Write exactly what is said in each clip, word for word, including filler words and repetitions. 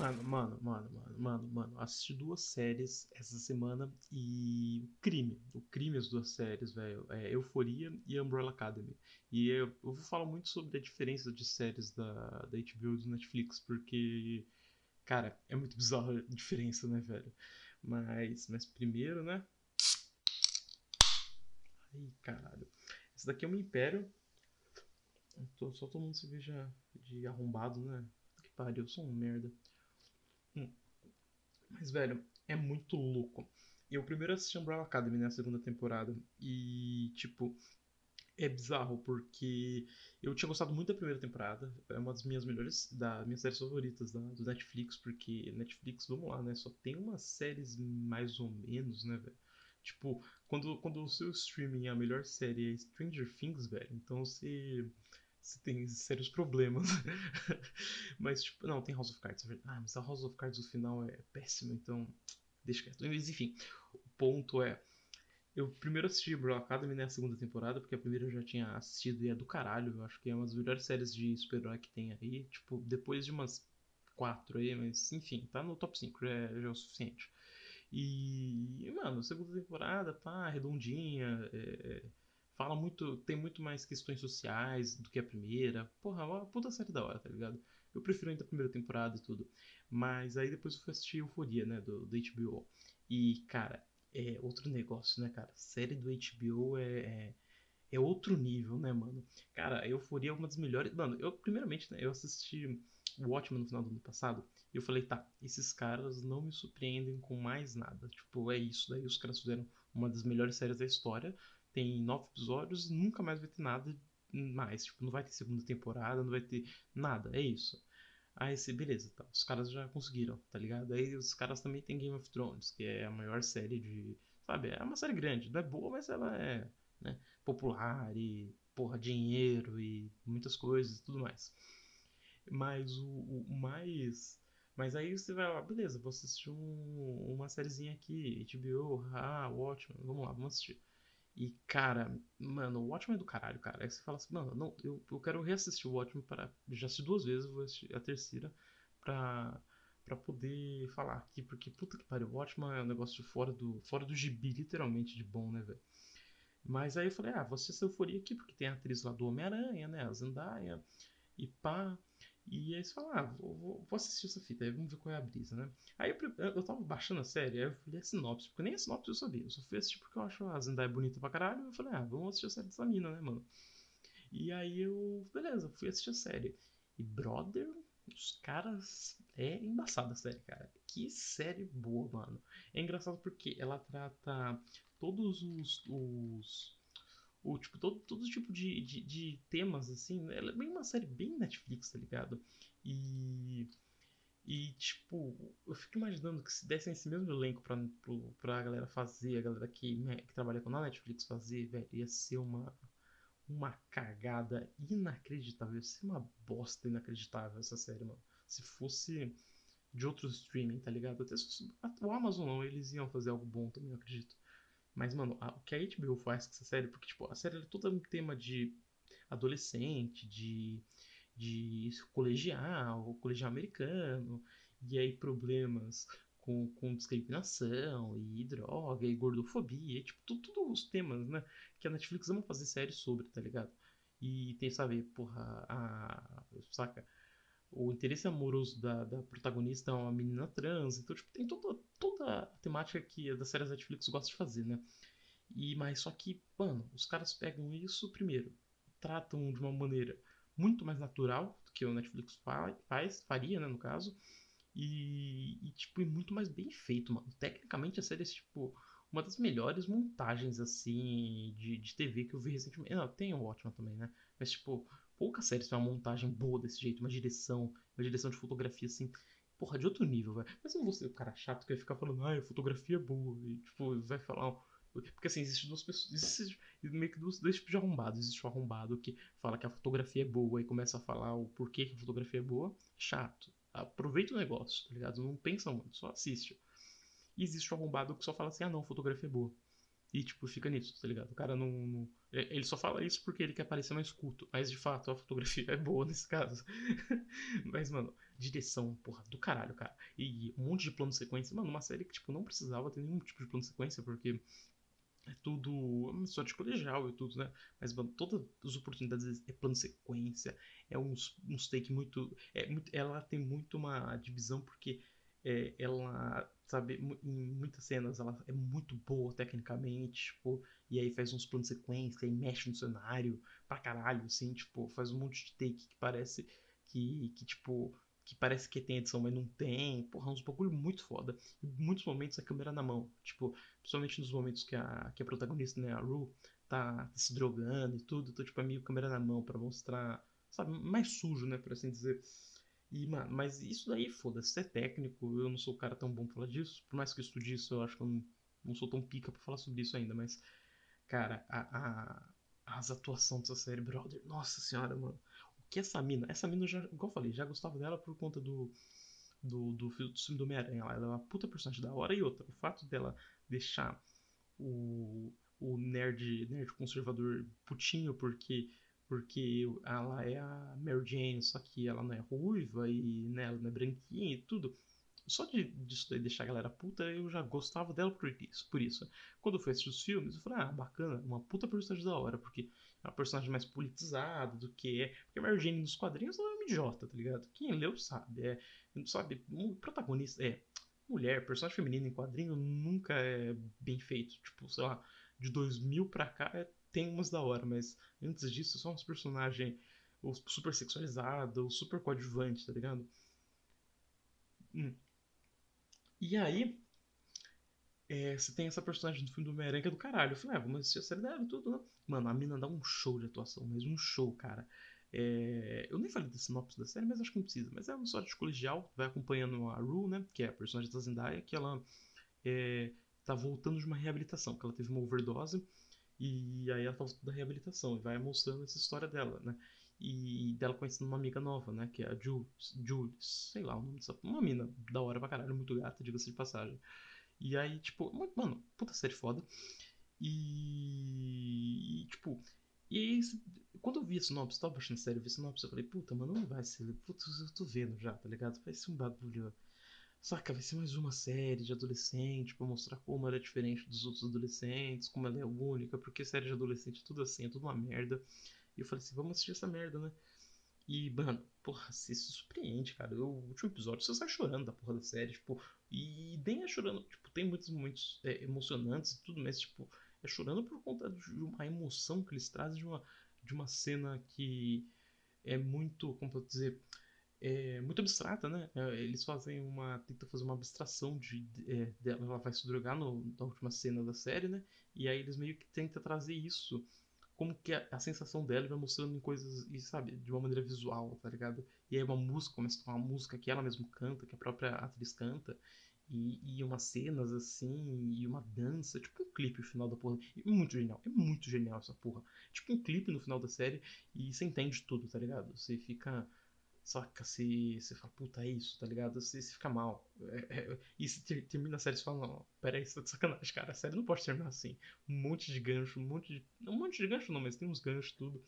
Mano, mano, mano, mano, mano, mano. Assisti duas séries essa semana e. Crime. O crime, as duas séries, velho. É Euforia e Umbrella Academy. E eu, eu vou falar muito sobre a diferença de séries da, da H B O e do Netflix, porque. Cara, é muito bizarra a diferença, né, velho? Mas, mas primeiro, né? Ai, caralho. Esse daqui é um Império. Eu tô só tomando cerveja de arrombado, né? Que pariu, eu sou um merda. Hum. Mas, velho, é muito louco. Eu primeiro assisti Umbrella Academy na segunda temporada e, tipo, é bizarro porque eu tinha gostado muito da primeira temporada. É uma das minhas melhores, da minhas séries favoritas da, do Netflix, porque Netflix, vamos lá, né? Só tem umas séries mais ou menos, né, velho? Tipo, quando, quando o seu streaming é a melhor série é Stranger Things, velho, então você, você tem sérios problemas. Mas, tipo, não, tem House of Cards. Ah, mas a House of Cards, o final é péssimo, então deixa quieto. Mas, enfim, o ponto é. Eu primeiro assisti Umbrella Academy na segunda temporada, porque a primeira eu já tinha assistido e é do caralho. Eu acho que é uma das melhores séries de super-herói que tem aí. Tipo, depois de umas quatro aí, mas enfim, tá no top cinco, já é, já é o suficiente. E, mano, segunda temporada, pá, redondinha, é, fala muito, tem muito mais questões sociais do que a primeira. Porra, uma puta série da hora, tá ligado? Eu prefiro ainda a primeira temporada e tudo. Mas aí depois eu fui assistir Euforia, né, do, do H B O. E, cara, é outro negócio, né, cara? Série do H B O é, é, é outro nível, né, mano? Cara, Euforia é uma das melhores. Mano, eu, primeiramente, né, eu assisti o Watchmen no final do ano passado. E eu falei, tá, esses caras não me surpreendem com mais nada. Tipo, é isso. Daí os caras fizeram uma das melhores séries da história. Tem nove episódios e nunca mais vai ter nada mais. Tipo, não vai ter segunda temporada, não vai ter nada. É isso. Aí você, beleza, tá. Os caras já conseguiram, tá ligado? Aí os caras também tem Game of Thrones, que é a maior série de. Sabe, é uma série grande. Não é boa, mas ela é, né, popular e, porra, dinheiro e muitas coisas e tudo mais. Mas o, o- o mais. Mas aí você vai lá, beleza, vou assistir um- uma sériezinha aqui, H B O, ah, Watchmen, vamos lá, vamos assistir. E, cara, mano, o Watchmen é do caralho, cara. Aí você fala assim, mano, não, eu, eu quero reassistir o Watchmen para. Já assisti duas vezes, vou assistir a terceira pra, pra poder falar aqui, porque puta que pariu, o Watchmen é um negócio de fora do, fora do gibi, literalmente, de bom, né, velho? Mas aí eu falei, ah, vou assistir essa euforia aqui, porque tem a atriz lá do Homem-Aranha, né, a Zendaya, e pá. E aí você fala, ah, vou, vou, vou assistir essa fita, aí vamos ver qual é a brisa, né? Aí eu, eu tava baixando a série, aí eu fui ler a sinopse, porque nem a sinopse eu sabia, eu só fui assistir porque eu acho a Zendaya bonita pra caralho, eu falei, ah, vamos assistir a série dessa mina, né, mano? E aí eu, beleza, fui assistir a série. E, brother, os caras. É embaçada a série, cara. Que série boa, mano. É engraçado porque ela trata todos os. os o, tipo, todo, todo tipo de, de, de temas, assim. Né? Ela é bem uma série bem Netflix, tá ligado? E. E, tipo, eu fico imaginando que se dessem esse mesmo elenco pra, pro, pra galera fazer, a galera que, né, que trabalha com a Netflix fazer, velho, ia ser uma, uma cagada inacreditável. Ia ser uma bosta inacreditável essa série, mano. Se fosse de outro streaming, tá ligado? Até se fosse o Amazon não, eles iam fazer algo bom também, eu acredito. Mas, mano, a- o que a H B O faz com essa série, porque, tipo, a série é toda um tema de adolescente, de, de colegial, colegial americano, e aí problemas com, com discriminação e droga e gordofobia, e, tipo, tudo, tudo os temas, né, que a Netflix ama fazer séries sobre, tá ligado? E tem, sabe, porra, a, saca? O interesse amoroso da, da protagonista é uma menina trans, então, tipo, tem toda, toda a temática que das séries Netflix gosta de fazer, né? E, mas só que, mano, os caras pegam isso primeiro, tratam de uma maneira muito mais natural do que o Netflix fa- faz, faria, né, no caso, e, e, tipo, e muito mais bem feito, mano. Tecnicamente a série é, tipo, uma das melhores montagens, assim, de, de T V que eu vi recentemente. Não, tem o Watchmen também, né? Mas, tipo, poucas séries têm uma montagem boa desse jeito, uma direção, uma direção de fotografia, assim, porra, de outro nível, velho. Mas eu não vou ser o cara chato que vai ficar falando, ah, a fotografia é boa, e, tipo, vai falar. Porque assim, existem duas pessoas. Existe meio que dois, dois tipos de arrombado. Existe o arrombado que fala que a fotografia é boa e começa a falar o porquê que a fotografia é boa. Chato. Aproveita o negócio, tá ligado? Não pensa muito, só assiste. E existe o arrombado que só fala assim, ah não, fotografia é boa. E, tipo, fica nisso, tá ligado? O cara não, não- é, ele só fala isso porque ele quer parecer mais culto. Mas, de fato, a fotografia é boa nesse caso. Mas, mano, direção, porra, do caralho, cara. E um monte de plano de sequência. Mano, uma série que, tipo, não precisava ter nenhum tipo de plano de sequência, porque é tudo. É uma história de colegial e tudo, né? Mas, mano, todas as oportunidades é plano de sequência. É uns, uns take muito, é muito. Ela tem muito uma divisão porque é, ela, sabe, mu- em muitas cenas ela é muito boa tecnicamente, tipo, e aí faz uns planos de sequência, e mexe no cenário pra caralho, assim, tipo, faz um monte de take que parece que, que tipo. Que parece que tem edição, mas não tem. Porra, é uns bagulho muito foda. Em muitos momentos a câmera na mão. Tipo, principalmente nos momentos que a, que a protagonista, né, a Rue, tá, tá se drogando e tudo, então, tipo, é meio câmera na mão pra mostrar, sabe, mais sujo, né, por assim dizer. E, mano, mas isso daí, foda-se, é técnico, eu não sou o cara tão bom pra falar disso, por mais que eu estude isso, eu acho que eu não, não sou tão pica pra falar sobre isso ainda, mas, cara, a, a, as atuações dessa série, brother, nossa senhora, mano. O que essa mina, essa mina, eu já, igual eu falei, já gostava dela por conta do, do, do, filme do Homem-Aranha. Ela é uma puta personagem da hora e outra. O fato dela deixar o, o nerd, nerd conservador putinho porque porque ela é a Mary Jane, só que ela não é ruiva e né, ela não é branquinha e tudo. Só de, disso daí deixar a galera puta, eu já gostava dela por isso. Por isso. Quando eu fui assistir os filmes, eu falei, ah, bacana, uma puta personagem da hora, porque é uma personagem mais politizada do que é. Porque a Mary Jane nos quadrinhos ela é uma idiota, tá ligado? Quem leu sabe. É, sabe, um protagonista. É, mulher, personagem feminino em quadrinho nunca é bem feito. Tipo, sei lá, de dois mil pra cá é, tem umas da hora, mas antes disso só uns personagens super sexualizados, super coadjuvantes, tá ligado? Hum. E aí, é, você tem essa personagem do filme do Homem-Aranha que é do caralho. Eu falei, ah, vamos assistir a série dela e tudo, né? Mano, a mina dá um show de atuação, mas um show, cara. É, eu nem falei da sinopse da série, mas acho que não precisa. Mas é uma história de colegial, vai acompanhando a Rue, né? Que é a personagem da Zendaya, que ela é, tá voltando de uma reabilitação, que ela teve uma overdose e aí ela tá voltando da reabilitação e vai mostrando essa história dela, né? E dela conhecendo uma amiga nova, né? Que é a Jules, Jules, sei lá o nome dessa. Uma mina da hora pra caralho, muito gata, diga-se de passagem. E aí, tipo, mano, puta série foda. E, e, tipo, e aí, quando eu vi a sinopse, tava baixando a série, eu vi a sinopse, eu falei, puta, mano, não vai ser. Puta, eu tô vendo já, tá ligado? Vai ser um bagulho. Saca, vai ser mais uma série de adolescente pra mostrar como ela é diferente dos outros adolescentes, como ela é única, porque série de adolescente é tudo assim, é tudo uma merda. E eu falei assim, vamos assistir essa merda, né? E, mano, porra, você se surpreende, cara. O último episódio você sai chorando da porra da série, tipo, e nem é chorando, tipo, tem muitos momentos é, emocionantes e tudo, mas, tipo, é chorando por conta de uma emoção que eles trazem de uma, de uma cena que é muito, como pode dizer, é muito abstrata, né? É, Eles fazem uma. Tentam fazer uma abstração de, de- é, dela. Ela vai se drogar no, na última cena da série, né? E aí eles meio que tentam trazer isso. Como que a, a sensação dela vai mostrando em coisas, e sabe, de uma maneira visual, tá ligado? E aí uma música, começa a tocar uma música que ela mesma canta, que a própria atriz canta, e, e umas cenas assim, e uma dança, tipo um clipe no final da porra. E muito genial, é muito genial essa porra. Tipo um clipe no final da série, e você entende tudo, tá ligado? Você fica. Saca, se você fala, puta, é isso, tá ligado? Você, você fica mal. É, é, e se ter, termina a série, você fala, não, pera aí, você tá de sacanagem, cara. A série não pode terminar assim. Um monte de gancho, um monte de. Um monte de gancho não, mas tem uns ganchos tudo.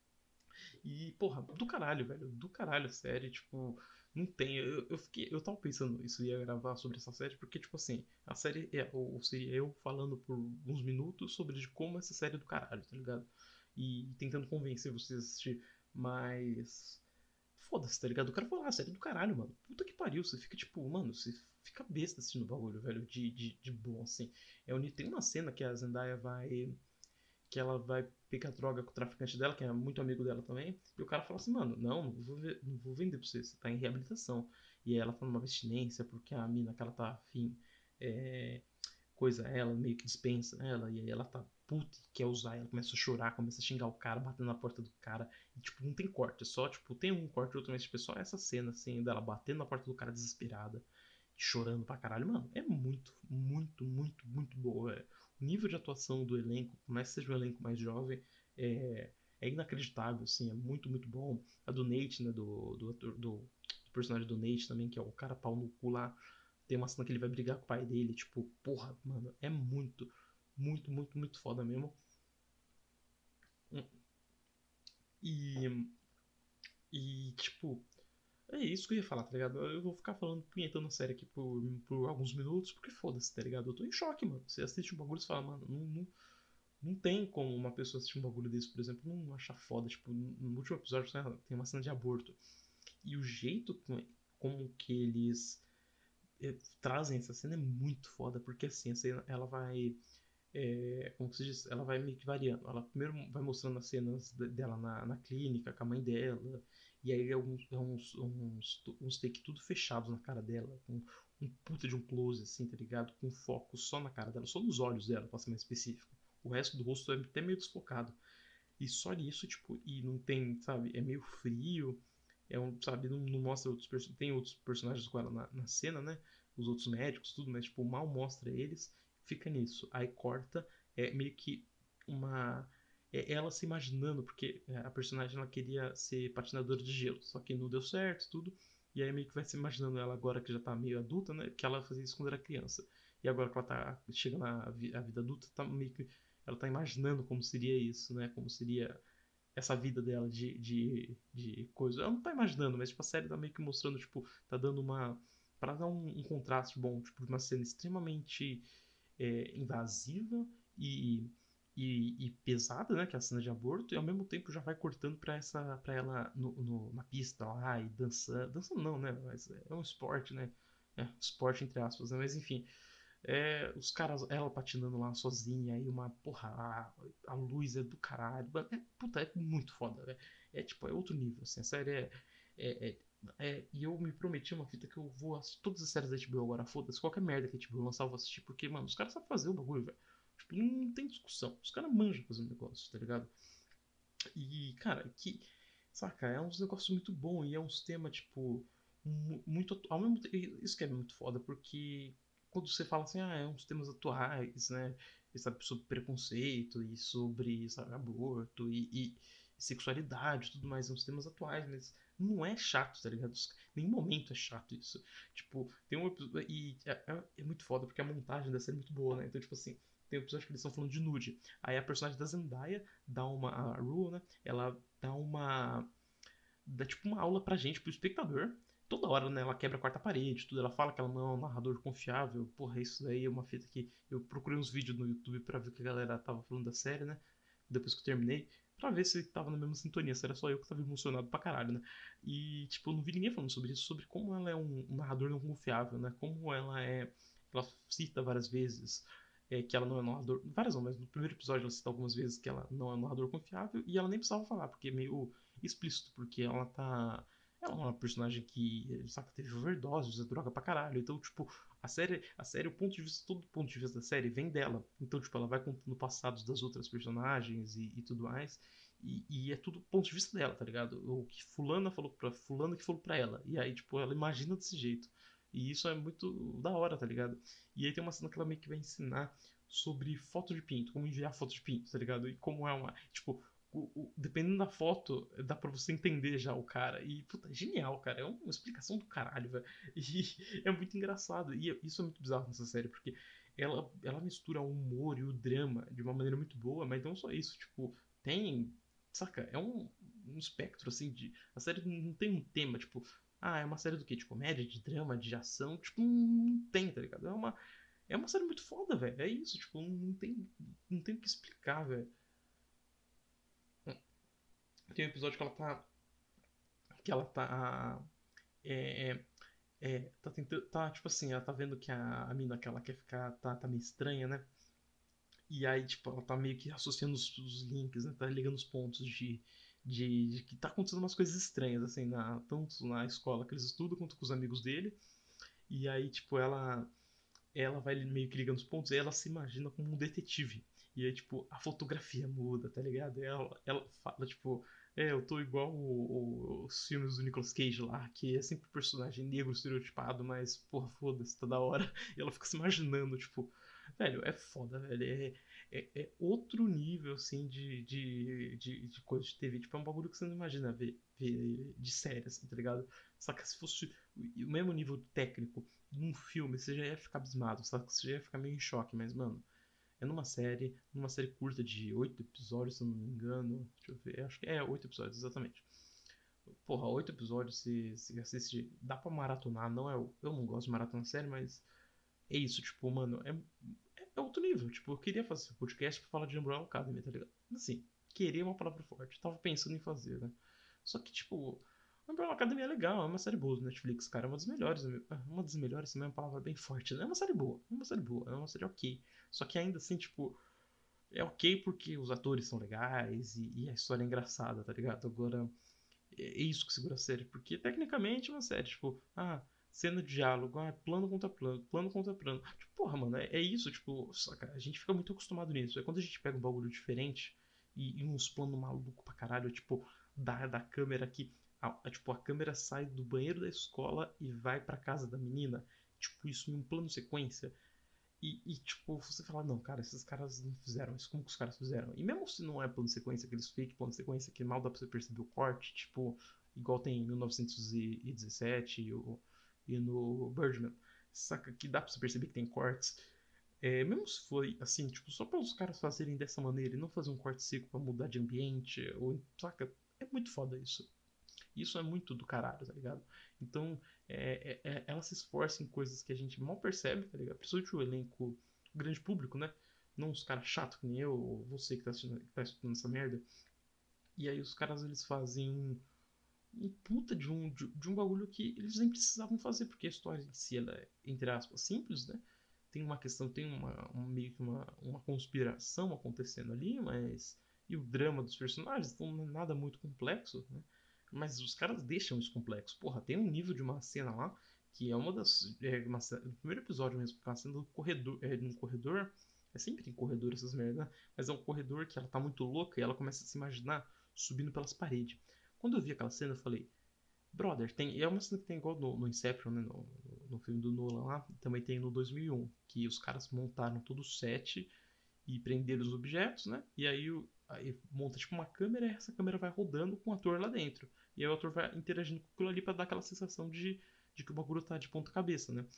E, porra, do caralho, velho. Do caralho a série, tipo. Não tem. Eu, eu fiquei. Eu tava pensando isso, ia gravar sobre essa série, porque, tipo assim, a série é. Ou seria eu falando por uns minutos sobre de como essa série é do caralho, tá ligado? E tentando convencer vocês a assistir. Mas. Foda-se, tá ligado? O cara falou, ah, série do caralho, mano. Puta que pariu. Você fica tipo, mano, você fica besta assistindo o bagulho, velho, de, de, de bom, assim. É, onde tem uma cena que a Zendaya vai. Que ela vai pegar droga com o traficante dela, que é muito amigo dela também. E o cara fala assim, mano, não, não vou, ver- não vou vender pra você, você tá em reabilitação. E aí ela tá numa abstinência porque a mina que ela tá afim. É, coisa ela, meio que dispensa ela, e aí ela tá puta e quer usar, ela começa a chorar, começa a xingar o cara, batendo na porta do cara, e tipo, não tem corte, é só, tipo, tem um corte outro, mas tipo, é só essa cena, assim, dela batendo na porta do cara desesperada, chorando pra caralho, mano, é muito, muito, muito, muito boa, é. O nível de atuação do elenco, por mais que seja um elenco mais jovem, é, é inacreditável, assim, é muito, muito bom. A do Nate, né, do, do, ator, do, do personagem do Nate também, que é o cara pau no cu lá, tem uma cena que ele vai brigar com o pai dele, tipo, porra, mano, é muito, muito, muito, muito foda mesmo. E, e tipo, é isso que eu ia falar, tá ligado? Eu vou ficar falando, punhetando a série aqui por, por alguns minutos, porque foda-se, tá ligado? Eu tô em choque, mano. Você assiste um bagulho e fala, mano, não, não, não tem como uma pessoa assistir um bagulho desse, por exemplo, não achar foda. Tipo, no último episódio tem uma cena de aborto. E o jeito como que eles é, trazem essa cena é muito foda, porque assim, a cena, ela vai. É, como que se diz? Ela vai meio que variando. Ela primeiro vai mostrando as cenas dela na, na clínica, com a mãe dela, e aí alguns, uns, uns, uns take tudo fechados na cara dela, com um puta de um close, assim, tá ligado? Com foco só na cara dela, só nos olhos dela, pra ser mais específico. O resto do rosto é até meio desfocado. E só nisso, tipo, e não tem, sabe, é meio frio, é um, sabe, não, não mostra outros personagens, tem outros personagens com ela na, na cena, né? Os outros médicos, tudo, mas, tipo, mal mostra eles, fica nisso. Aí corta, é meio que uma. É ela se imaginando, porque é, a personagem ela queria ser patinadora de gelo, só que não deu certo, tudo. E aí meio que vai se imaginando ela agora que já tá meio adulta, né? Que ela fazia isso quando era criança. E agora que ela tá chegando à vida adulta, tá meio que ela tá imaginando como seria isso, né? Como seria essa vida dela de, de, de coisa. Ela não tá imaginando, mas tipo, a série tá meio que mostrando, tipo, tá dando uma. Pra dar um, um contraste bom, tipo, de uma cena extremamente é, invasiva e, e, e pesada, né? Que é a cena de aborto, e ao mesmo tempo já vai cortando pra, essa, pra ela no, no, na pista lá e dançando. Dançando não, né? Mas é um esporte, né? É, esporte entre aspas, né? Mas enfim. É, os caras, ela patinando lá sozinha, aí uma porra, a, a luz é do caralho. É, puta, é muito foda, velho. É tipo, é outro nível, assim, a série é, é, é, é. E eu me prometi uma fita que eu vou assistir todas as séries da H B O agora, foda-se, qualquer merda que a H B O lançar eu vou assistir, porque, mano, os caras sabem fazer o bagulho, velho. Tipo, não tem discussão. Os caras manjam fazer um negócio, tá ligado? E, cara, que. Saca, é uns negócios muito bom e é uns temas, tipo, muito. Ao mesmo tempo, isso que é muito foda, porque quando você fala assim, ah, é uns temas atuais, né? E, sabe, sobre preconceito e sobre, sabe, aborto e, e sexualidade e tudo mais, são uns temas atuais, mas não é chato, tá ligado? Em nenhum momento é chato isso. Tipo, tem um episódio. E é, é, é muito foda, porque a montagem dessa é muito boa, né? Então, tipo assim, tem um episódio que eles estão falando de nude. Aí a personagem da Zendaya dá uma. A Rue, né? Ela dá uma. Dá tipo uma aula pra gente, pro espectador. Toda hora, né? Ela quebra a quarta parede, tudo. Ela fala que ela não é um narrador confiável. Porra, isso daí é uma fita que eu procurei uns vídeos no YouTube pra ver o que a galera tava falando da série, né? Depois que eu terminei. Pra ver se tava na mesma sintonia, se era só eu que tava emocionado pra caralho, né? E, tipo, eu não vi ninguém falando sobre isso, sobre como ela é um, um narrador não confiável, né? Como ela é. Ela cita várias vezes é, que ela não é narrador. Várias não, mas no primeiro episódio ela cita algumas vezes que ela não é um narrador confiável e ela nem precisava falar, porque é meio explícito, porque ela tá. Ela é uma personagem que, saca, teve overdose, usa droga pra caralho. Então, tipo, a série, a série, o ponto de vista, todo o ponto de vista da série vem dela. Então, tipo, ela vai contando passados das outras personagens e, e tudo mais. E, e é tudo ponto de vista dela, tá ligado? O que fulana falou pra fulana que falou pra ela. E aí, tipo, ela imagina desse jeito. E isso é muito da hora, tá ligado? E aí tem uma cena que ela meio que vai ensinar sobre foto de pinto, como enviar foto de pinto, tá ligado? E como é uma. Tipo, o, o, dependendo da foto, dá pra você entender já o cara. E, puta, é genial, cara. É uma explicação do caralho, velho. E é muito engraçado. E isso é muito bizarro nessa série, porque ela, ela mistura o humor e o drama de uma maneira muito boa, mas não só isso. Tipo, tem. Saca? É um, um espectro, assim, de. A série não tem um tema, tipo. Ah, é uma série do quê? De comédia, de drama, de ação? Tipo, não tem, tá ligado? É uma, é uma série muito foda, velho. É isso, tipo, não tem, não tem o que explicar, velho. Tem um episódio que ela tá. Que ela tá. É, é, é, tá tentando. Tá, tipo assim, ela tá vendo que a, a mina que ela quer ficar tá, tá meio estranha, né? E aí, tipo, ela tá meio que associando os, os links, né? Tá ligando os pontos de, de, de que tá acontecendo umas coisas estranhas, assim, na, tanto na escola que eles estudam quanto com os amigos dele. E aí, tipo, ela ela vai meio que ligando os pontos e ela se imagina como um detetive. E aí, tipo, a fotografia muda, tá ligado? Ela, ela fala, tipo, é, eu tô igual o, o, os filmes do Nicolas Cage lá, que é sempre um personagem negro estereotipado, mas, porra, foda-se, tá da hora. E ela fica se imaginando, tipo, velho, é foda, velho. É, é, é outro nível, assim, de, de, de, de coisa de T V. Tipo, é um bagulho que você não imagina ver, ver de série, assim, tá ligado? Só que se fosse o mesmo nível técnico num filme, você já ia ficar abismado, sabe? Você já ia ficar meio em choque, mas, mano, É numa série, numa série curta de oito episódios, se eu não me engano. Deixa eu ver, acho que é oito episódios, exatamente. Porra, oito episódios se, se assiste. Dá pra maratonar, não é. Eu não gosto de maratonar série, mas é isso, tipo, mano, é, é outro nível. Tipo, eu queria fazer podcast pra falar de Umbrella Academy, tá ligado? Assim, querer é uma palavra forte. Tava pensando em fazer, né? Só que, tipo, Umbrella Academy é legal, é uma série boa do Netflix, cara. É uma das melhores. Uma das melhores também é uma palavra bem forte, né? É uma série boa, é uma série boa, é uma série ok. Só que ainda assim, tipo, é ok porque os atores são legais e, e a história é engraçada, tá ligado? Agora, é isso que segura a série, porque tecnicamente é uma série, tipo, ah, cena de diálogo, ah, plano contra plano, plano contra plano. Tipo, porra, mano, é, é isso, tipo, saca, a gente fica muito acostumado nisso. É quando a gente pega um bagulho diferente e, e uns planos malucos pra caralho, tipo, da, da câmera que, a, a, tipo, a câmera sai do banheiro da escola e vai pra casa da menina, tipo, isso em um plano sequência. E, e, tipo, você fala, não, cara, esses caras não fizeram isso, como que os caras fizeram? E mesmo se não é plano de sequência, aqueles fake plano de sequência que mal dá pra você perceber o corte, tipo, igual tem em mil novecentos e dezessete e, o, e no Birdman, saca que dá pra você perceber que tem cortes. É, mesmo se foi assim, tipo, só para os caras fazerem dessa maneira e não fazer um corte seco pra mudar de ambiente, ou, saca, é muito foda isso. Isso é muito do caralho, tá ligado? Então, é, é, é, ela se esforça em coisas que a gente mal percebe, tá ligado? Principalmente o elenco, o grande público, né? Não os caras chatos que nem eu, ou você que tá, assistindo, que tá escutando essa merda. E aí os caras, eles fazem um, um puta de um, de, de um bagulho que eles nem precisavam fazer, porque a história em si, ela é, entre aspas, simples, né? Tem uma questão, tem uma, uma meio que uma, uma conspiração acontecendo ali, mas... E o drama dos personagens, então não é nada muito complexo, né? Mas os caras deixam isso complexo. Porra, tem um nível de uma cena lá que é uma das. É uma, no primeiro episódio mesmo, que é uma cena do corredor. É, num corredor. É sempre em corredor essas merdas, né? Mas é um corredor que ela tá muito louca e ela começa a se imaginar subindo pelas paredes. Quando eu vi aquela cena, eu falei, brother, tem. É uma cena que tem igual no, no Inception, né? No, no filme do Nolan lá. Também tem no dois mil e um. Que os caras montaram todo o set e prenderam os objetos, né? E aí, o, aí monta tipo uma câmera e essa câmera vai rodando com o ator lá dentro. E aí o ator vai interagindo com aquilo ali pra dar aquela sensação de, de que o bagulho tá de ponta cabeça, né?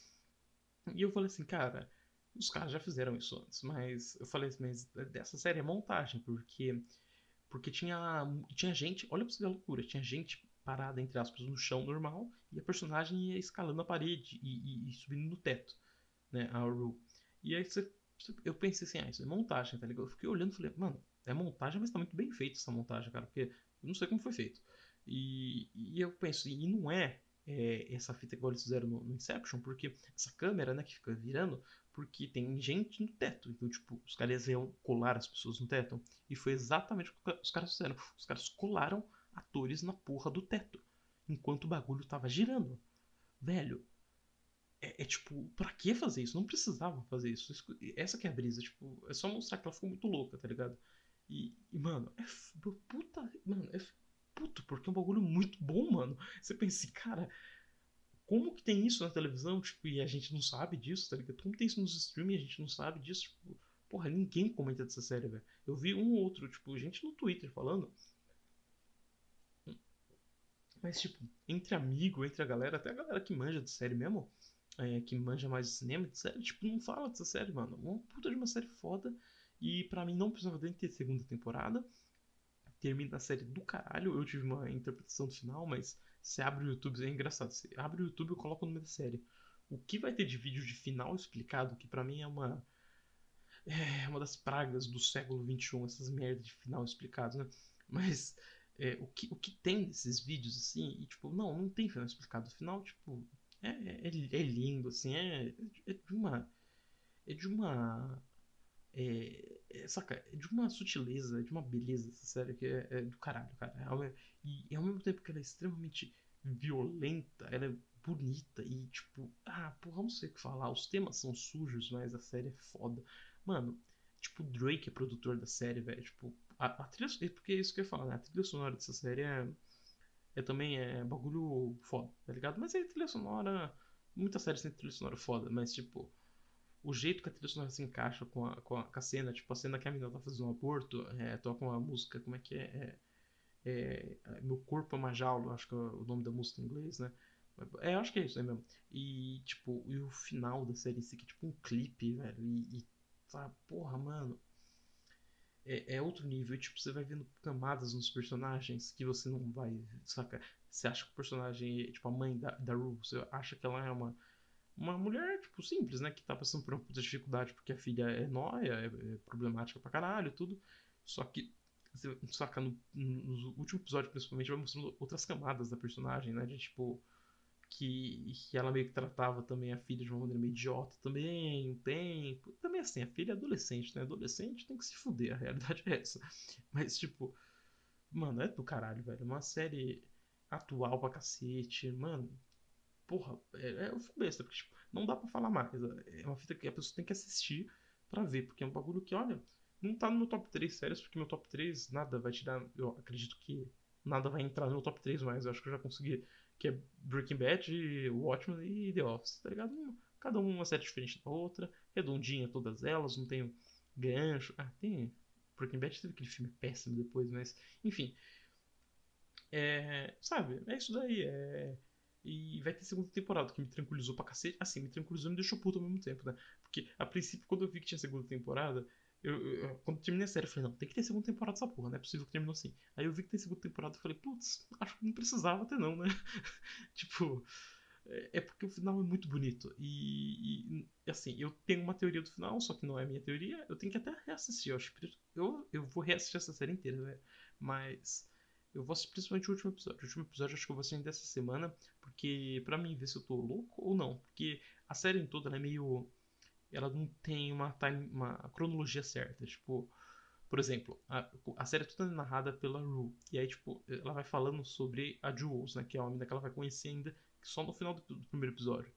E eu falei assim, cara, os caras já fizeram isso antes, mas eu falei assim, mas dessa série é montagem, porque porque tinha tinha gente, olha pra você ver a loucura, tinha gente parada entre aspas no chão normal e a personagem ia escalando a parede e, e, e subindo no teto, né, a Rue. E aí você, eu pensei assim, ah, isso é montagem, tá ligado? Eu fiquei olhando e falei, mano, é montagem, mas tá muito bem feito essa montagem, cara, porque eu não sei como foi feito. E, e eu penso, e não é, é essa fita igual eles fizeram no, no Inception, porque essa câmera, né, que fica virando, porque tem gente no teto. Então, tipo, os caras iam colar as pessoas no teto. E foi exatamente o que os caras fizeram. Os caras colaram atores na porra do teto. Enquanto o bagulho tava girando. Velho, é, é, tipo, pra que fazer isso? Não precisavam fazer isso. Isso- Essa que é a brisa, tipo, é só mostrar que ela ficou muito louca, tá ligado? E, e, mano, é f- puta, mano, é f- puto, porque é um bagulho muito bom, mano. Você pensa assim, cara, como que tem isso na televisão, tipo, e a gente não sabe disso, tá ligado? Como tem isso nos streaming e a gente não sabe disso, tipo, porra, ninguém comenta dessa série, velho. Eu vi um ou outro, tipo, gente no Twitter falando, mas, tipo, entre amigo, entre a galera, até a galera que manja de série mesmo, é, que manja mais de cinema, de série, tipo, não fala dessa série, mano. Uma puta de uma série foda. E pra mim não precisava nem ter segunda temporada. Termina a série do caralho. Eu tive uma interpretação do final, mas você abre o YouTube, é engraçado. Você abre o YouTube e coloca o nome da série. O que vai ter de vídeo de final explicado, que pra mim é uma. É uma das pragas do século vinte e um, essas merdas de final explicado, né? Mas é, o, que, o que tem desses vídeos, assim, e tipo, não, não tem final explicado. O final, tipo, é, é, é lindo, assim, é, é de uma. É de uma. É, é, saca, é de uma sutileza, é de uma beleza essa série que é, é do caralho, cara. É ao- e ao mesmo tempo que ela é extremamente violenta, ela é bonita e tipo, ah, porra, não sei o que falar. Os temas são sujos, mas a série é foda. Mano, tipo, o Drake é produtor da série, velho. Tipo, a, a trilha. Porque é isso que eu ia falar, né? A trilha sonora dessa série é, é também é bagulho foda, tá ligado? Mas é trilha sonora. Muitas séries têm trilha sonora foda, mas tipo o jeito que a trilha sonora se encaixa com a, com a, com a cena, tipo a cena que a menina tá fazendo um aborto, é, toca uma música, como é que é? É, é Meu Corpo é uma Jaula, acho que é o nome da música em inglês, né? É, acho que é isso aí mesmo. E, tipo, e o final da série em si, que é tipo um clipe, velho, e, e Tá, porra, mano. É, é outro nível. E, tipo, você vai vendo camadas nos personagens que você não vai. Saca? Você acha que o personagem, tipo, a mãe da, da Rue, você acha que ela é uma, uma mulher, tipo, simples, né? Que tá passando por uma puta dificuldade porque a filha é nóia, é, é problemática pra caralho, tudo. Só que. Você saca, no, no último episódio, principalmente, vai mostrando outras camadas da personagem, né? De tipo que, que ela meio que tratava também a filha de uma maneira meio idiota também, um tempo. Também assim, a filha é adolescente, né? Adolescente tem que se fuder, a realidade é essa. Mas, tipo, mano, é do caralho, velho. Uma série atual pra cacete, mano. Porra, é, é, eu fico besta, porque, tipo, não dá pra falar mais. É uma fita que a pessoa tem que assistir pra ver, porque é um bagulho que, olha, não tá no meu top três séries, porque meu top três nada vai tirar. Eu acredito que nada vai entrar no meu top três mais. Eu acho que eu já consegui. Que é Breaking Bad, Watchmen e The Office, tá ligado? Cada uma série diferente da outra, redondinha todas elas, não tem gancho. Ah, tem. Breaking Bad teve aquele filme péssimo depois, mas. Enfim. É, sabe? É isso daí. É, e vai ter segunda temporada, que me tranquilizou pra cacete. Assim, me tranquilizou e me deixou puto ao mesmo tempo, né? Porque, a princípio, quando eu vi que tinha segunda temporada, eu, eu- quando eu terminei a série, eu falei, não, tem que ter segunda temporada dessa porra, não é possível que terminou assim. Aí eu vi que tem segunda temporada e falei, putz, acho que não precisava ter não, né? Tipo, é é porque o final é muito bonito. E, e, assim, eu tenho uma teoria do final, só que não é minha teoria. Eu tenho que até reassistir. Eu, acho que eu, eu vou reassistir essa série inteira, velho. Mas eu vou assistir principalmente o último episódio. O último episódio acho que eu vou assistir ainda essa semana. Porque, pra mim, ver se eu tô louco ou não. Porque a série em toda ela é meio. Ela não tem uma, time, uma cronologia certa. Tipo, por exemplo, a, a série é toda narrada pela Rue. E aí, tipo, ela vai falando sobre a Jules, né? Que é a menina que ela vai conhecer ainda só no final do, do primeiro episódio.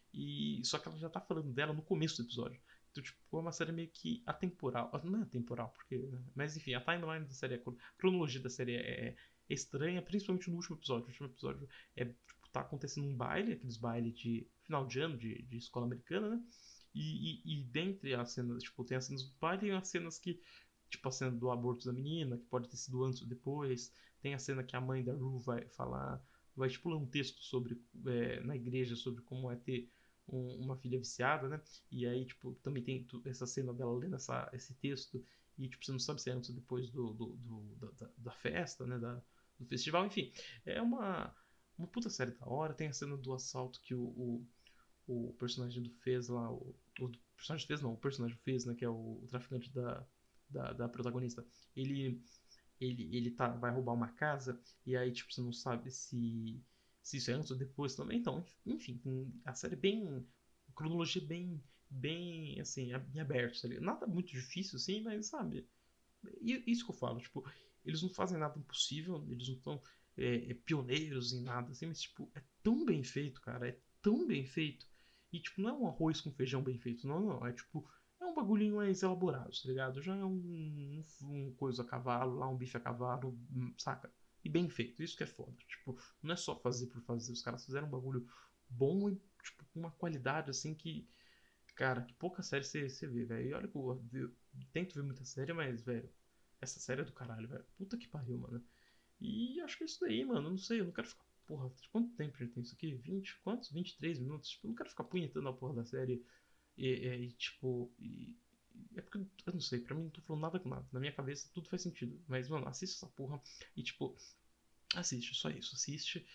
E só que ela já tá falando dela no começo do episódio. Então, tipo, é uma série meio que atemporal. Não é atemporal, porque. Né? Mas enfim, a timeline da série, a cronologia da série é, é estranha, principalmente no último episódio. O último episódio é, tipo, tá acontecendo um baile, aqueles bailes de final de ano de, de escola americana, né? E, e, e dentre as cenas, tipo, tem as cenas do baile e as cenas que tipo a cena do aborto da menina, que pode ter sido antes ou depois. Tem a cena que a mãe da Rue vai falar, vai tipo ler um texto sobre é, na igreja sobre como é ter um, uma filha viciada, né? E aí tipo também tem essa cena dela lendo essa, esse texto e tipo você não sabe se é antes ou depois do, do, do da, da, festa, né? Da, do festival, enfim, é uma uma puta série da hora. Tem a cena do assalto que o, o, o personagem do fez lá, o, o personagem fez não, o personagem fez, né? Que é o, o traficante da da, da protagonista, ele, ele, ele tá, vai roubar uma casa e aí, tipo, você não sabe se, se isso é antes ou depois também. Então, enfim, a série é bem. A cronologia é bem, bem, assim, em aberto, sabe? Nada muito difícil, assim, mas, sabe? Isso que eu falo, tipo, eles não fazem nada impossível, eles não estão é, é, pioneiros em nada, assim, mas, tipo, é tão bem feito, cara, é tão bem feito. E, tipo, não é um arroz com feijão bem feito, não, não. É, tipo, é um bagulhinho mais elaborado, tá ligado? Já é um, um, um coisa a cavalo, lá um bife a cavalo, saca? E bem feito, isso que é foda. Tipo, não é só fazer por fazer, os caras fizeram um bagulho bom e, tipo, com uma qualidade, assim, que, cara, que pouca série você vê, velho. E olha que eu, eu, eu tento ver muita série, mas, velho, essa série é do caralho, velho. Puta que pariu, mano. E acho que é isso daí, mano. Eu não sei, eu não quero ficar. Porra, quanto tempo já tem isso aqui? vinte? Quantos? vinte e três minutos? Tipo, eu não quero ficar punhetando a porra da série e, e, e tipo. E, é porque eu não sei, pra mim não tô falando nada com nada. Na minha cabeça tudo faz sentido. Mas, mano, assiste essa porra e, tipo, assiste, só isso. Assiste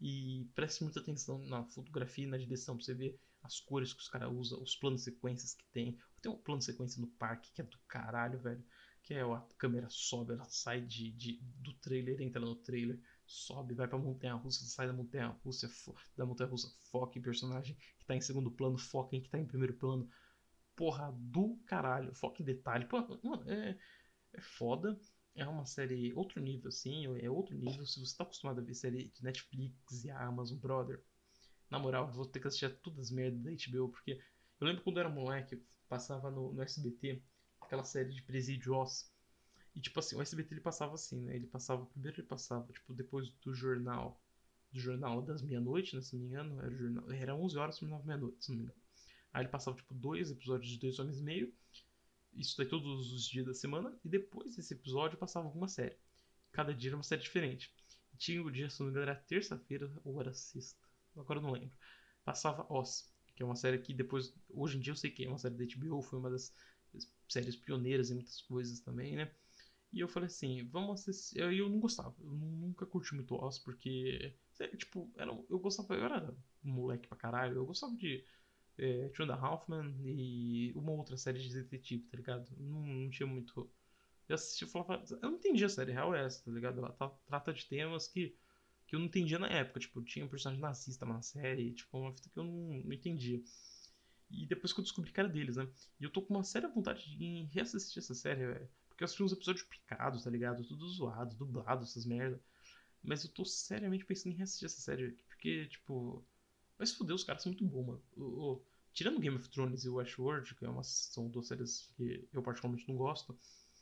e preste muita atenção na fotografia e na direção pra você ver as cores que os caras usam, os planos de sequências que tem. Tem um plano de sequência no parque que é do caralho, velho. Que é a câmera sobe, ela sai de, de do trailer, entra no trailer, sobe, vai pra montanha russa, sai da montanha russa, da montanha russa, foca em personagem que tá em segundo plano, foca em que tá em primeiro plano. Porra do caralho, foca em detalhe. Pô, mano, é, é foda. É uma série outro nível, assim, é outro nível. Se você tá acostumado a ver série de Netflix e Amazon, brother, na moral, eu vou ter que assistir a todas as merdas da H B O, porque eu lembro quando eu era moleque, passava no, no S B T aquela série de Presídio Oz. E tipo assim, o S B T ele passava assim, né? Ele passava, primeiro ele passava, tipo, depois do jornal, do jornal das meia-noite, né? Se não me engano, era, o jornal, era onze horas, terminava meia-noite, se não me engano. Aí ele passava, tipo, dois episódios de Dois Homens e Meio, isso daí todos os dias da semana, e depois desse episódio passava alguma série. Cada dia era uma série diferente. E tinha o dia, se não me engano, era terça-feira ou era sexta, agora eu não lembro. Passava Oz, que é uma série que depois, hoje em dia eu sei que é uma série da H B O, foi uma das séries pioneiras em muitas coisas também, né? E eu falei assim, vamos assistir. Eu, eu não gostava, eu nunca curti muito Oz, porque, sério, tipo, era, eu gostava, eu era moleque pra caralho, eu gostava de é, Two and a Half Men e uma outra série de detetive, tá ligado? Não, não tinha muito. Eu assisti e falava, eu não entendi a série, real é essa, tá ligado? Ela tá- trata de temas que, que eu não entendia na época, tipo, tinha um personagem nazista na série, tipo, uma fita que eu não, não entendia. E depois que eu descobri que era deles, né? E eu tô com uma séria vontade de reassistir essa série, velho. Porque eu assisti uns episódios picados, tá ligado? Tudo zoado, dublado, essas merda. Mas eu tô seriamente pensando em reassistir essa série. Porque, tipo. Vai se fuder, os caras são muito bons, mano. O, o- tirando Game of Thrones e Westworld, que é uma, são duas séries que eu particularmente não gosto.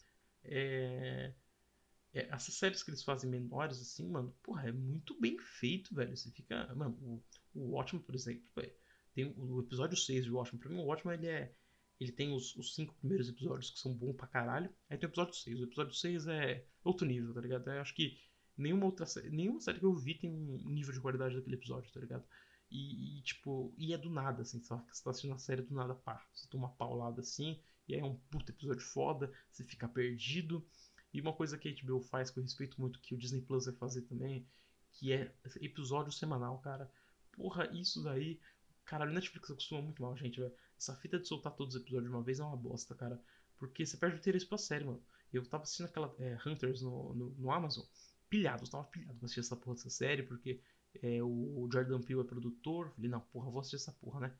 É, é, essas séries que eles fazem menores, assim, mano, porra, é muito bem feito, velho. Você fica. Mano, o, o Watchmen, por exemplo, velho, tem o episódio seis de Watchmen. Pra mim, o Watchmen ele é. Ele tem os, os cinco primeiros episódios que são bons pra caralho. Aí tem o episódio seis. O episódio seis é outro nível, tá ligado? Eu acho que nenhuma outra série, nenhuma série que eu vi tem um nível de qualidade daquele episódio, tá ligado? E, e, tipo, e é do nada, assim, sabe? Você tá assistindo a série do nada, pá. Você toma uma paulada assim, e aí é um puta episódio foda, você fica perdido. E uma coisa que a H B O faz, que eu respeito muito, que o Disney Plus vai fazer também, que é episódio semanal, cara. Porra, isso daí. Caralho, o Netflix acostuma muito mal, gente, velho. Essa fita de soltar todos os episódios de uma vez é uma bosta, cara. Porque você perde o interesse pela série, mano. Eu tava assistindo aquela é, Hunters no, no, no Amazon, pilhado, eu tava pilhado pra assistir essa porra dessa série, porque é, o Jordan Peele é produtor. Falei, não, porra, vou assistir essa porra, né?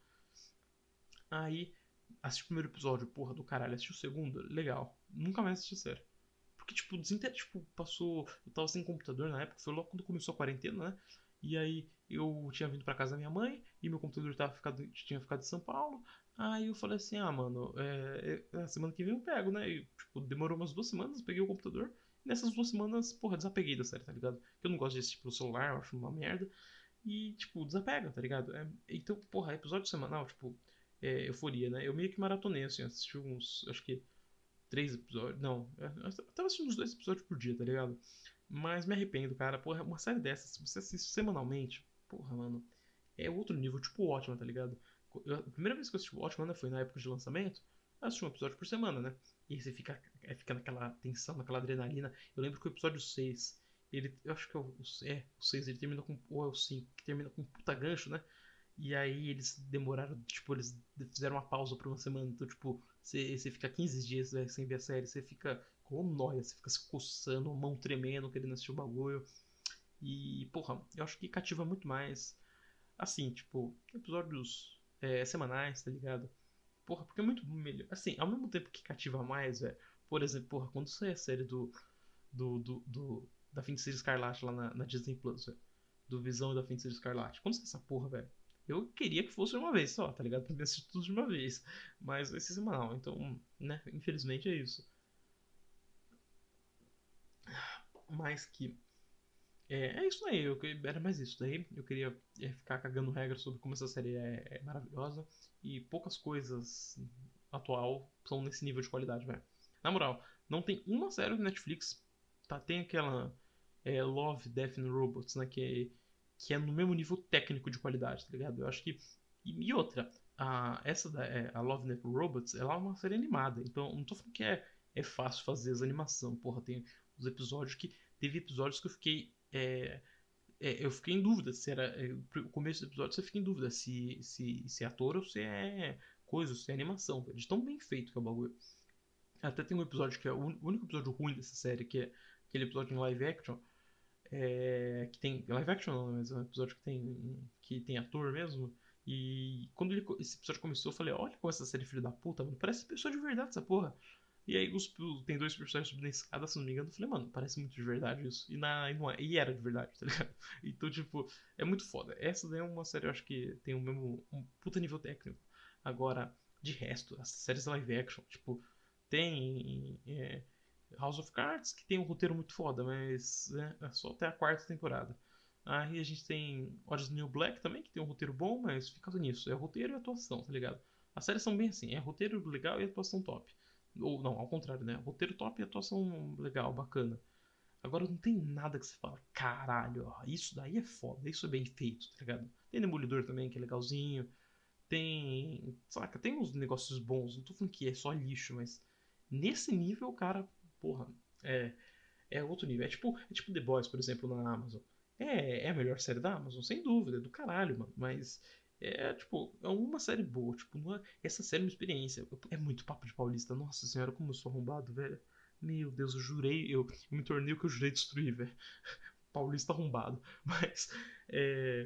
Aí, assisti o primeiro episódio, porra, do caralho. Assisti o segundo, legal. Nunca mais assisti a série. Porque, tipo, desinter... tipo, passou. Eu tava sem computador na época, foi logo quando começou a quarentena, né? E aí eu tinha vindo pra casa da minha mãe e meu computador tava ficado... tinha ficado em São Paulo. Aí eu falei assim, ah, mano, é... é, a semana que vem eu pego, né? E, tipo, demorou umas duas semanas, peguei o computador. E nessas duas semanas, porra, desapeguei da série, tá ligado? Eu não gosto de assistir pelo celular, eu acho uma merda. E, tipo, desapega, tá ligado? É... Então, porra, episódio semanal, tipo, é, euforia, né? Eu meio que maratonei, assim, assisti uns, acho que três episódios. Não, eu tava assistindo uns dois episódios por dia, tá ligado? Mas me arrependo, cara. Porra, uma série dessas, se você assiste semanalmente, porra, mano, é outro nível, tipo o Watchmen, tá ligado? Eu- a primeira vez que eu assisti o Watchmen, né, foi na época de lançamento, eu assisti um episódio por semana, né? E aí você fica, é, fica naquela tensão, naquela adrenalina. Eu lembro que o episódio seis ele, eu acho que é o, é, o seis ele termina com, ou é o cinco que termina com um puta gancho, né? E aí eles demoraram, tipo, eles fizeram uma pausa por uma semana. Então, tipo, você, você fica quinze dias, né, sem ver a série, você fica com nóia, você fica se coçando, mão tremendo, querendo assistir o bagulho. E, porra, eu acho que cativa muito mais, assim, tipo, episódios é, semanais, tá ligado? Porra, porque é muito melhor. Assim, ao mesmo tempo que cativa mais, velho, por exemplo, porra, quando sai a série do, do, do, do da Feiticeira Escarlate lá na, na Disney Plus, velho, do Visão e da Feiticeira Escarlate, quando sai essa porra, velho, eu queria que fosse de uma vez só, tá ligado? Pra me assistir tudo de uma vez. Mas vai ser semanal, então, né? Infelizmente é isso. Mas que. É, é isso aí, eu, era mais isso daí. Eu queria é, ficar cagando regra sobre como essa série é, é maravilhosa. E poucas coisas atual são nesse nível de qualidade, velho. Na moral, não tem uma série do Netflix. Tá, tem aquela é, Love, Death and Robots, né? Que é, que é no mesmo nível técnico de qualidade, tá ligado? Eu acho que. E, e outra, a, essa da é, a Love, Death and Robots, ela é uma série animada. Então, não tô falando que é, é fácil fazer as animações. Porra, tem os episódios que. Teve episódios que eu fiquei. É, é, eu fiquei em dúvida se era. É, o começo do episódio você fica em dúvida se, se, se é ator ou se é coisa, se é animação, velho. De tão bem feito que é o bagulho. Até tem um episódio que é o único episódio ruim dessa série, que é aquele episódio em live action. É, que tem. Live action não, mas é um episódio que tem. Que tem ator mesmo. E quando ele, esse episódio começou, eu falei, olha como essa série é filho da puta, mano. Parece pessoa de verdade essa porra. E aí os, tem dois personagens subindo na escada, se não me engano. Eu falei, mano, parece muito de verdade isso. E, na, e, não é, e era de verdade, tá ligado? Então, tipo, é muito foda. Essa daí é uma série, eu acho que tem o mesmo. Um puta nível técnico. Agora, de resto, as séries live action, tipo, tem. É, House of Cards, que tem um roteiro muito foda, mas né, é só até a quarta temporada. Aí a gente tem Orange is the New Black também, que tem um roteiro bom, mas fica nisso. É roteiro e atuação, tá ligado? As séries são bem assim, é roteiro legal e atuação top. Ou não, ao contrário, né? Roteiro top e atuação legal, bacana. Agora não tem nada que você fala, caralho, ó, isso daí é foda, isso é bem feito, tá ligado? Tem Demolidor também, que é legalzinho. tem, saca, tem uns negócios bons, não tô falando que é só lixo, mas nesse nível, cara, porra, é, é outro nível. É tipo, é tipo The Boys, por exemplo, na Amazon. É, é a melhor série da Amazon, sem dúvida, é do caralho, mano, mas é, tipo, é uma série boa, tipo, não é, essa série é uma experiência, é muito papo de paulista, nossa senhora, como eu sou arrombado, velho. Meu Deus, eu jurei, eu, eu me tornei o que eu jurei destruir, velho. Paulista arrombado. Mas, é,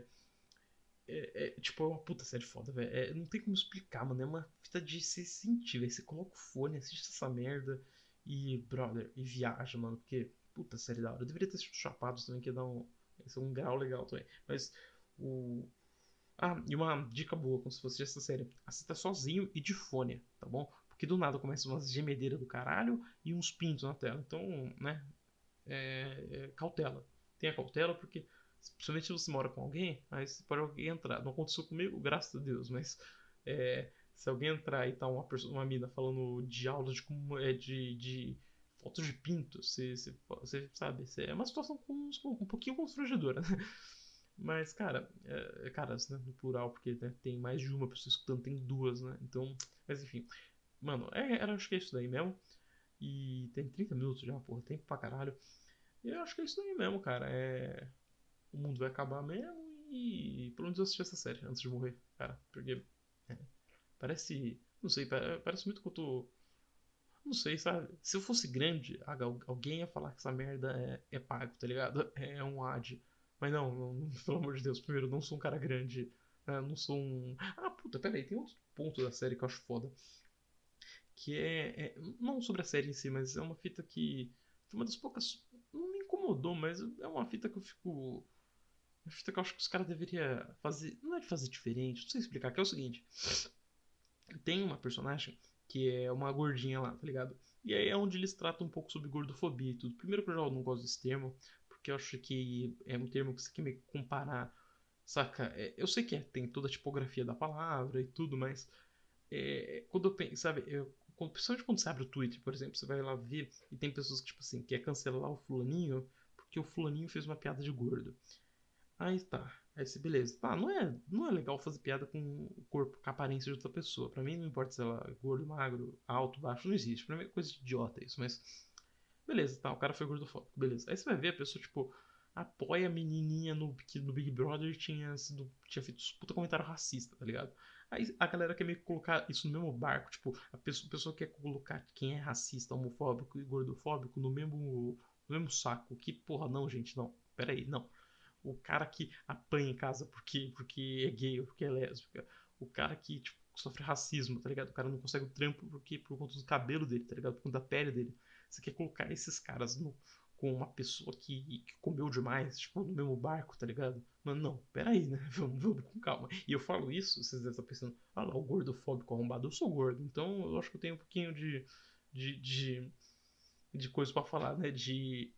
é, é, tipo, é uma puta série foda, velho. É, não tem como explicar, mano. É uma fita de se sentir, velho. Você coloca o fone, assiste essa merda e, brother, e viaja, mano. Porque, puta série da hora. Eu deveria ter assistido Chapados também, que ia dar um, esse é um grau legal também. Mas, o. Ah, e uma dica boa quando você for assistir essa série: assista sozinho e de fone, tá bom? Porque do nada começa umas gemedeiras do caralho e uns pintos na tela. Então, né? É, é, cautela. Tenha cautela, porque principalmente se você mora com alguém, aí pode alguém entrar. Não aconteceu comigo, graças a Deus, mas é, se alguém entrar e tá uma, pessoa, uma mina falando de aula de, como é, de, de fotos de pinto, você, você, você sabe, você, é uma situação com, um pouquinho constrangedora, né? Mas, cara, é, caras, né, no plural, porque né, tem mais de uma pessoa escutando, tem duas, né? Então, mas enfim. Mano, é, era, acho que é isso daí mesmo. E tem trinta minutos já, porra, tempo pra caralho. E eu acho que é isso aí mesmo, cara. É... O mundo vai acabar mesmo e pelo menos eu assisti essa série antes de morrer, cara. Porque é, parece. Não sei, parece muito que eu tô. Não sei, sabe? Se eu fosse grande, alguém ia falar que essa merda é, é pago, tá ligado? É um ad. Mas não, não, pelo amor de Deus, primeiro, eu não sou um cara grande. Né? Não sou um. Ah, puta, pera aí, tem outro ponto da série que eu acho foda. Que é, é. Não sobre a série em si, mas é uma fita que. Foi uma das poucas. Não me incomodou, mas é uma fita que eu fico. Uma fita que eu acho que os caras deveriam fazer. Não é de fazer diferente, não sei explicar, que é o seguinte. Tem uma personagem que é uma gordinha lá, tá ligado? E aí é onde eles tratam um pouco sobre gordofobia e tudo. Primeiro que eu já não gosto desse termo, porque eu acho que é um termo que você quer me comparar, saca? É, eu sei que é, tem toda a tipografia da palavra e tudo, mas é, quando eu penso, sabe, eu, quando, principalmente quando você abre o Twitter, por exemplo, você vai lá ver e tem pessoas que, tipo assim, quer cancelar o fulaninho porque o fulaninho fez uma piada de gordo. Aí tá. Aí você, beleza. Tá, não é, não é legal fazer piada com o corpo, com a aparência de outra pessoa. Pra mim não importa se ela é gordo, magro, alto, baixo, não existe. Pra mim é coisa de idiota isso, mas. Beleza, tá, o cara foi gordofóbico, beleza. Aí você vai ver a pessoa, tipo, apoia a menininha no, que no Big Brother tinha sido. Tinha feito puta comentário racista, tá ligado? Aí a galera quer meio que colocar isso no mesmo barco, tipo, a pessoa, a pessoa quer colocar quem é racista, homofóbico e gordofóbico no mesmo, no mesmo saco. Que porra, não, gente, não. Pera aí, não. O cara que apanha em casa porque, porque é gay ou porque é lésbica. O cara que, tipo, sofre racismo, tá ligado? O cara não consegue o trampo porque, por conta do cabelo dele, tá ligado? Por conta da pele dele. Você quer colocar esses caras no, com uma pessoa que, que comeu demais, tipo, no mesmo barco, tá ligado? Mano, não, peraí, né? Vamos, vamos com calma. E eu falo isso, vocês devem estar pensando, ah lá, o gordofóbico arrombado. Eu sou gordo, então eu acho que eu tenho um pouquinho de, de, de, de coisa pra falar, né? De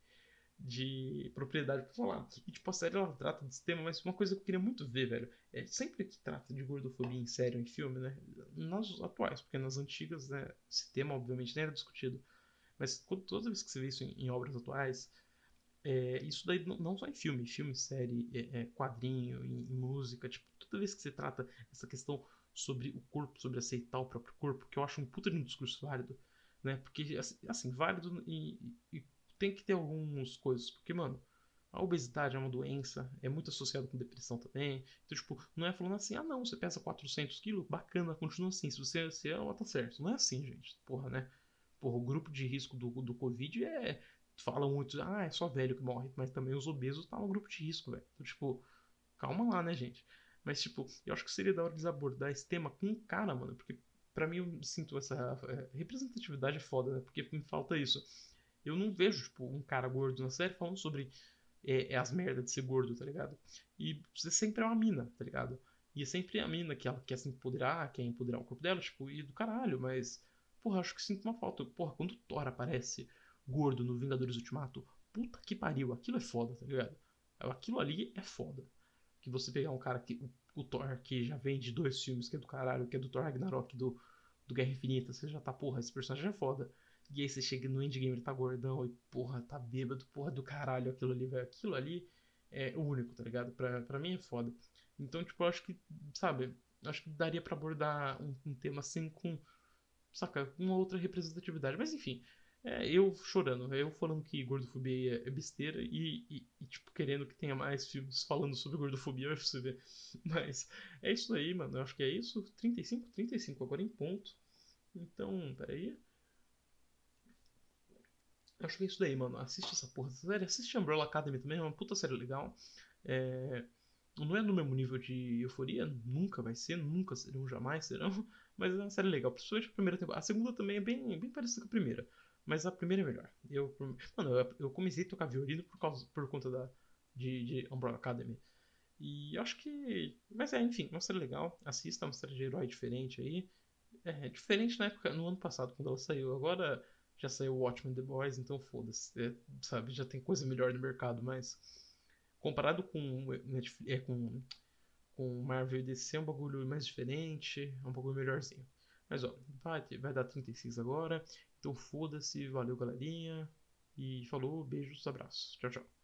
de propriedade pra falar. E tipo, a série ela trata desse tema, mas uma coisa que eu queria muito ver, velho, é sempre que trata de gordofobia em série ou em filme, né? Nas atuais, porque nas antigas, né, esse tema obviamente nem era discutido. Mas toda vez que você vê isso em, em obras atuais, é, isso daí não, não só em filme, filme, série, é, é, quadrinho, em, em música, tipo, toda vez que você trata essa questão sobre o corpo, sobre aceitar o próprio corpo, que eu acho um puta de um discurso válido, né? Porque, assim, assim válido e, e tem que ter algumas coisas, porque, mano, a obesidade é uma doença, é muito associado com depressão também. Então, tipo, não é falando assim, ah, não, você pesa quatrocentos quilos, bacana, continua assim. Se você, se ela tá certo. Não é assim, gente. Porra, né? Porra, o grupo de risco do, do Covid é. Falam muito, ah, é só velho que morre, mas também os obesos tá no grupo de risco, velho. Então, tipo, calma lá, né, gente? Mas, tipo, eu acho que seria da hora de abordar esse tema com um cara, mano, porque pra mim eu sinto essa é, representatividade é foda, né? Porque me falta isso. Eu não vejo, tipo, um cara gordo na série falando sobre é, é as merdas de ser gordo, tá ligado? E você sempre é uma mina, tá ligado? E é sempre a mina que ela quer se empoderar, quer empoderar o corpo dela, tipo, e do caralho, mas. Porra, acho que sinto uma falta. Porra, quando o Thor aparece gordo no Vingadores Ultimato, puta que pariu, aquilo é foda, tá ligado? Aquilo ali é foda. Que você pegar um cara que. O, o Thor, que já vem de dois filmes, que é do caralho, que é do Thor Ragnarok, do, do Guerra Infinita, você já tá, porra, esse personagem é foda. E aí você chega no Endgame, ele tá gordão e, porra, tá bêbado, porra do caralho aquilo ali, velho. Aquilo ali é o único, tá ligado? Pra, pra mim é foda. Então, tipo, eu acho que, sabe, Acho que daria pra abordar um, um tema assim com, saca, uma outra representatividade. Mas enfim, é, eu chorando, eu falando que gordofobia é besteira e, e, e, tipo, querendo que tenha mais filmes falando sobre gordofobia, eu acho que você vê. Mas é isso aí, mano. Eu acho que é isso. trinta e cinco, trinta e cinco agora em ponto. Então, peraí. Eu acho que é isso daí, mano. Assiste essa porra dessa série. Assiste Umbrella Academy também, é uma puta série legal. É... Não é no mesmo nível de Euforia, nunca vai ser, nunca serão, jamais serão. Mas é uma série legal, principalmente a primeira temporada. A segunda também é bem, bem parecida com a primeira. Mas a primeira é melhor. Eu, mano, eu, eu comecei a tocar violino por, causa, por conta da, de, de Umbrella Academy. E eu acho que. Mas é, enfim, uma série legal. Assista, uma série de herói diferente aí. É, diferente na época, no ano passado, quando ela saiu. Agora já saiu o Watchmen The Boys, então foda-se. É, sabe, já tem coisa melhor no mercado, mas comparado com, Netflix, é, com, com Marvel e D C é um bagulho mais diferente, é um bagulho melhorzinho. Mas ó, vai, ter- vai dar trinta e seis agora. Então foda-se, valeu galerinha. E falou, beijos, abraços. Tchau, tchau.